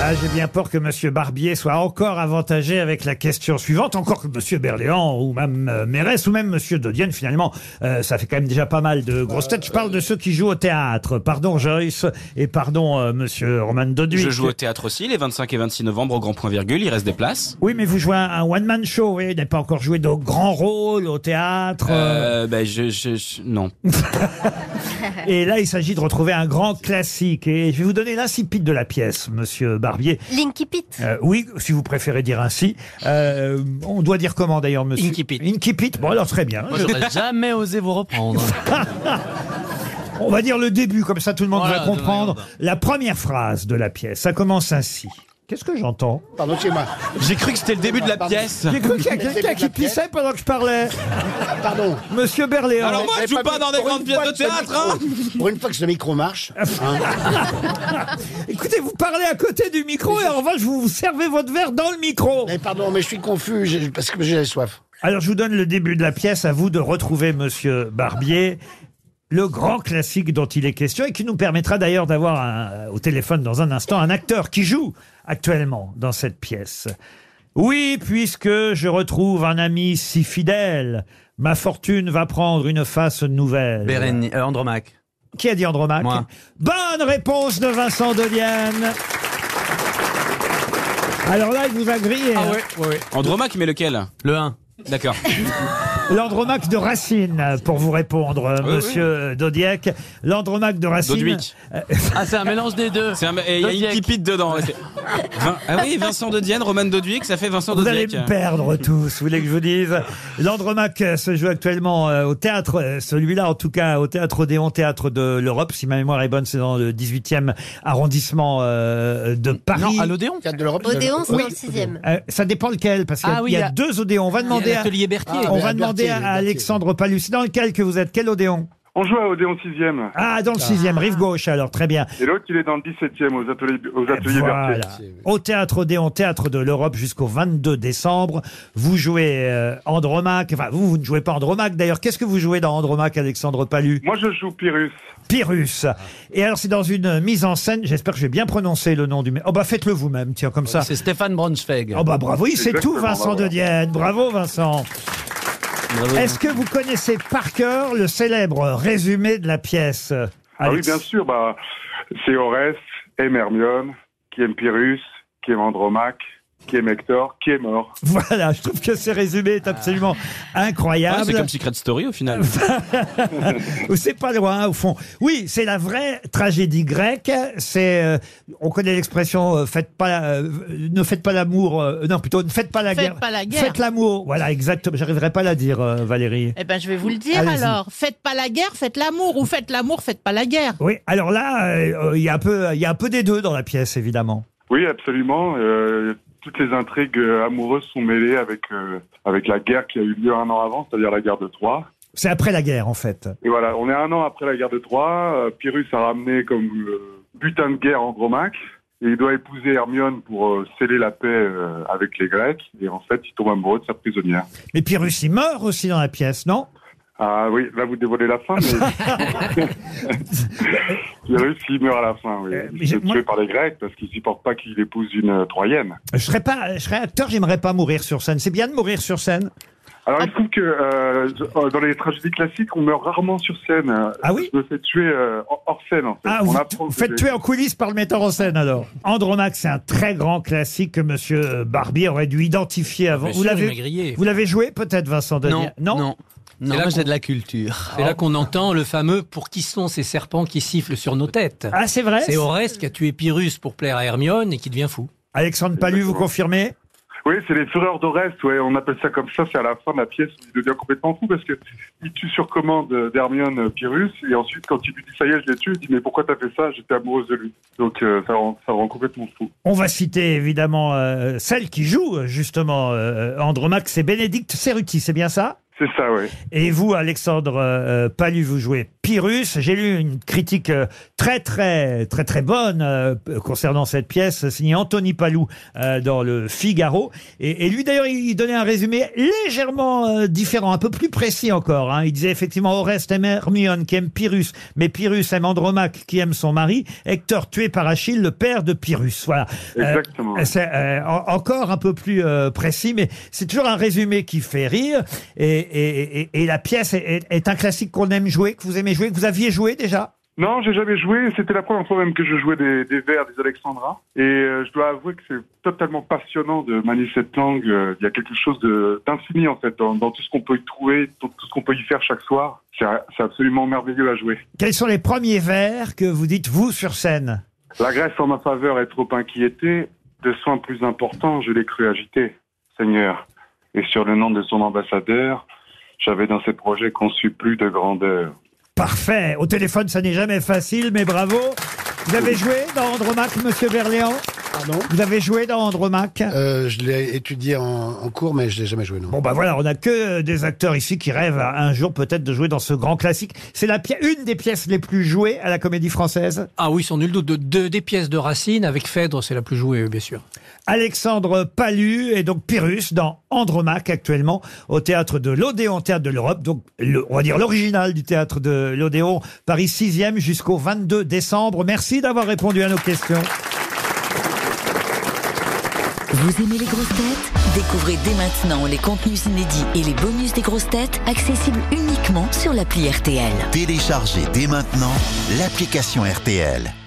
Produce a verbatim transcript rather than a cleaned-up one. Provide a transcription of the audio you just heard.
Ah, j'ai bien peur que Monsieur Barbier soit encore avantagé avec la question suivante, encore que Monsieur Berléand ou même euh, Mérès ou même Monsieur Dodienne, finalement, euh, ça fait quand même déjà pas mal de grosses têtes. Je parle de ceux qui jouent au théâtre. Pardon Joyce et pardon euh, Monsieur Roman Doduic. Je joue au théâtre aussi, les vingt-cinq et vingt-six novembre au Grand Point Virgule, il reste des places. Oui, mais vous jouez un, un one-man show, oui, vous n'avez pas encore joué de grands rôles au théâtre. Euh... Euh, ben je, je, je- non. Et là, il s'agit de retrouver un grand classique. Et je vais vous donner l'incipit de la pièce, Monsieur Barbier. Linky Pit. Euh, oui, si vous préférez dire ainsi. Euh, on doit dire comment d'ailleurs, monsieur Incipit. Incipit. Bon, alors très bien. Moi, j'aurais jamais osé vous reprendre. On va dire le début, comme ça tout le monde Voilà, va comprendre. de- La première phrase de la pièce, ça commence ainsi. Qu'est-ce que j'entends? Pardon, c'est moi. J'ai cru que c'était le début de la Pardon. pièce. J'ai cru qu'il y a quelqu'un qui pissait pendant que je parlais. Pardon. Monsieur Berléand. Alors moi, je joue pas dans des Pour grandes une pièces fois de que ce théâtre, micro- hein. Pour une fois que ce micro marche. hein. Écoutez, vous parlez à côté du micro et en revanche, vous vous servez votre verre dans le micro. Mais pardon, mais je suis confus j'ai- parce que j'ai soif. Alors, je vous donne le début de la pièce, à vous de retrouver Monsieur Barbier, le grand classique dont il est question et qui nous permettra d'ailleurs d'avoir un- au téléphone dans un instant un acteur qui joue actuellement dans cette pièce. Oui, puisque je retrouve un ami si fidèle, ma fortune va prendre une face nouvelle. Bérénice, euh, Andromaque. Qui a dit Andromaque? Moi. Bonne réponse de Vincent Dodienne. Alors là, il vous a grillé. Ah hein. ouais, ouais, ouais. Andromaque, mais lequel? Le un. D'accord. L'Andromaque de Racine, pour vous répondre, oui. monsieur Dodiec. L'Andromaque de Racine. Doduic. Ah, c'est un mélange des deux. C'est un- et il y a une Doduic. pipite dedans. ouais, c'est- Vin- Ah oui, Vincent Dodienne, Roman Doduic, ça fait Vincent Vous allez Doduic. me perdre tous, vous voulez que je vous dise. L'Andromaque euh, se joue actuellement euh, au théâtre, euh, celui-là en tout cas, au théâtre Odéon, théâtre de l'Europe. Si ma mémoire est bonne, c'est dans le dix-huitième arrondissement euh, de Paris. Non, à l'Odéon. Théâtre de l'Europe. Odéon, c'est Oui. dans le sixième. Euh, ça dépend lequel, parce qu'il y a, Ah oui, il y a il y a- deux Odéons. On va Il y demander a à, l'atelier Berthier. Ah, on mais va à demander Berthier, à Berthier. Alexandre Palus. C'est dans lequel que vous êtes? Quel Odéon? On joue à Odéon sixième. Ah, dans le sixième, rive gauche, alors, très bien. Et l'autre, il est dans le dix-septième, aux ateliers, aux ateliers Voilà. Berthier. Au théâtre Odéon, théâtre de l'Europe, jusqu'au vingt-deux décembre. Vous jouez euh, Andromaque. Enfin, vous, vous ne jouez pas Andromaque. D'ailleurs, qu'est-ce que vous jouez dans Andromaque, Alexandre Palus? Moi, je joue Pyrrhus. Pyrrhus. Et alors, c'est dans une mise en scène. J'espère que j'ai bien prononcé le nom du... Oh, bah, faites-le vous-même, tiens, comme ça. C'est Stéphane Braunschweig. Oh, bah, bravo. Il sait tout, Exactement, Vincent bravo. Dodienne. Bravo, Vincent. Bravo. Est-ce que vous connaissez par cœur le célèbre résumé de la pièce? Ah oui, Alex bien sûr, bah, c'est Oreste, aime Hermione, qui aime Pyrrhus, qui aime Andromaque, qui aime Hector, qui est mort. Voilà, je trouve que ce résumé est absolument Ah, incroyable. c'est comme Secret Story au final. C'est pas loin, au fond. Oui, c'est la vraie tragédie grecque. C'est, euh, on connaît l'expression euh, faites pas, euh, ne faites pas l'amour. euh, non, plutôt ne faites pas la Faites guerre. pas la guerre. Faites l'amour. Voilà, exactement. J'arriverai pas à la dire, euh, Valérie. Eh ben, je vais vous le dire Allez-y. alors. Faites pas la guerre, faites l'amour. Ou faites l'amour, faites pas la guerre. Oui. Alors là, euh, il y a un peu, il y a un peu des deux dans la pièce, évidemment. Oui, absolument. Euh, toutes les intrigues euh, amoureuses sont mêlées avec, euh, avec la guerre qui a eu lieu un an avant, c'est-à-dire la guerre de Troie. C'est après la guerre, en fait. Et voilà, on est un an après la guerre de Troie. Euh, Pyrrhus a ramené comme euh, butin de guerre Andromaque. Et il doit épouser Hermione pour euh, sceller la paix euh, avec les Grecs. Et en fait, il tombe amoureux de sa prisonnière. Mais Pyrrhus, il meurt aussi dans la pièce, non? Ah oui, là vous dévoilez la fin, mais Pyrrhus, il meurt à la fin, oui. Euh, mais Il j'ai- est tué moi- par les Grecs parce qu'ils supportent pas qu'il épouse une euh, Troyenne. Je serais pas, je serais acteur, j'aimerais pas mourir sur scène. C'est bien de mourir sur scène. Alors il se trouve que euh, dans les tragédies classiques, on meurt rarement sur scène. Ah oui? Je me fais tuer euh, hors scène, en fait. Ah, On vous, apprend vous que faites les- tuer en coulisses par le metteur en scène alors. Andromaque, c'est un très grand classique que Monsieur Barbier aurait dû identifier avant. Bien Vous sûr, il m'a l'avez, grillé. vous l'avez joué peut-être, Vincent Dodier? Non, non. C'est Non, là moi qu'on- j'ai de la culture. C'est là qu'on entend le fameux « Pour qui sont ces serpents qui sifflent sur nos têtes ?» Ah, c'est vrai? C'est Oreste qui a tué Pyrrhus pour plaire à Hermione et qui devient fou. Alexandre Palus, vous Exactement. confirmez? Oui, c'est les fureurs d'Oreste, ouais, on appelle ça comme ça, c'est à la fin de la pièce où il devient complètement fou parce que il tue sur commande d'Hermione euh, Pyrrhus et ensuite quand il lui dit ça y est, je l'ai tué, il dit mais pourquoi t'as fait ça? J'étais amoureuse de lui. Donc euh, ça, rend, ça rend complètement fou. On va citer évidemment euh, celle qui joue justement euh, Andromaque, c'est Bénédicte Cerruti, c'est bien ça? C'est ça, ouais. Et vous, Alexandre euh, Palus, vous jouez Pyrrhus. J'ai lu une critique euh, très très très très bonne euh, concernant cette pièce signée Anthony Palou euh, dans le Figaro. Et, et lui d'ailleurs il donnait un résumé légèrement euh, différent, un peu plus précis encore. Hein. Il disait effectivement Oreste aime Hermione qui aime Pyrrhus, mais Pyrrhus aime Andromaque qui aime son mari. Hector tué par Achille, le père de Pyrrhus. Voilà. Exactement. Euh, c'est euh, en- encore un peu plus euh, précis, mais c'est toujours un résumé qui fait rire. Et, et, et, et la pièce est, est, est un classique qu'on aime jouer, que vous aimez jouer, que vous aviez joué déjà. Non, j'ai jamais joué. C'était la première fois même que je jouais des, des vers des Alexandra. Et euh, je dois avouer que c'est totalement passionnant de manier cette langue. Euh, Il y a quelque chose de d'infini en fait dans, dans tout ce qu'on peut y trouver, dans tout ce qu'on peut y faire chaque soir. C'est c'est absolument merveilleux à jouer. Quels sont les premiers vers que vous dites vous sur scène? La Grèce en ma faveur est trop inquiétée. De soins plus importants, je l'ai cru agité, Seigneur. Et sur le nom de son ambassadeur, j'avais dans ses projets conçu plus de grandeur. Parfait. Au téléphone, ça n'est jamais facile, mais bravo. Vous avez joué dans Andromaque, Monsieur Berléand? Pardon Vous avez joué dans Andromaque? euh, Je l'ai étudié en, en cours, mais je l'ai jamais joué, non. Bon, bah voilà, on n'a que des acteurs ici qui rêvent un jour peut-être de jouer dans ce grand classique. C'est la pi- une des pièces les plus jouées à la Comédie Française. Ah oui, sans nul doute. De, de- des pièces de Racine, avec Phèdre, c'est la plus jouée, bien sûr. Alexandre Palus et donc Pyrrhus dans Andromaque actuellement au théâtre de l'Odéon, théâtre de l'Europe, donc le- on va dire l'original du théâtre de l'Odéon, Paris sixième jusqu'au vingt-deux décembre. Merci d'avoir répondu à nos questions. Vous aimez les grosses têtes? Découvrez dès maintenant les contenus inédits et les bonus des grosses têtes accessibles uniquement sur l'appli R T L. Téléchargez dès maintenant l'application R T L.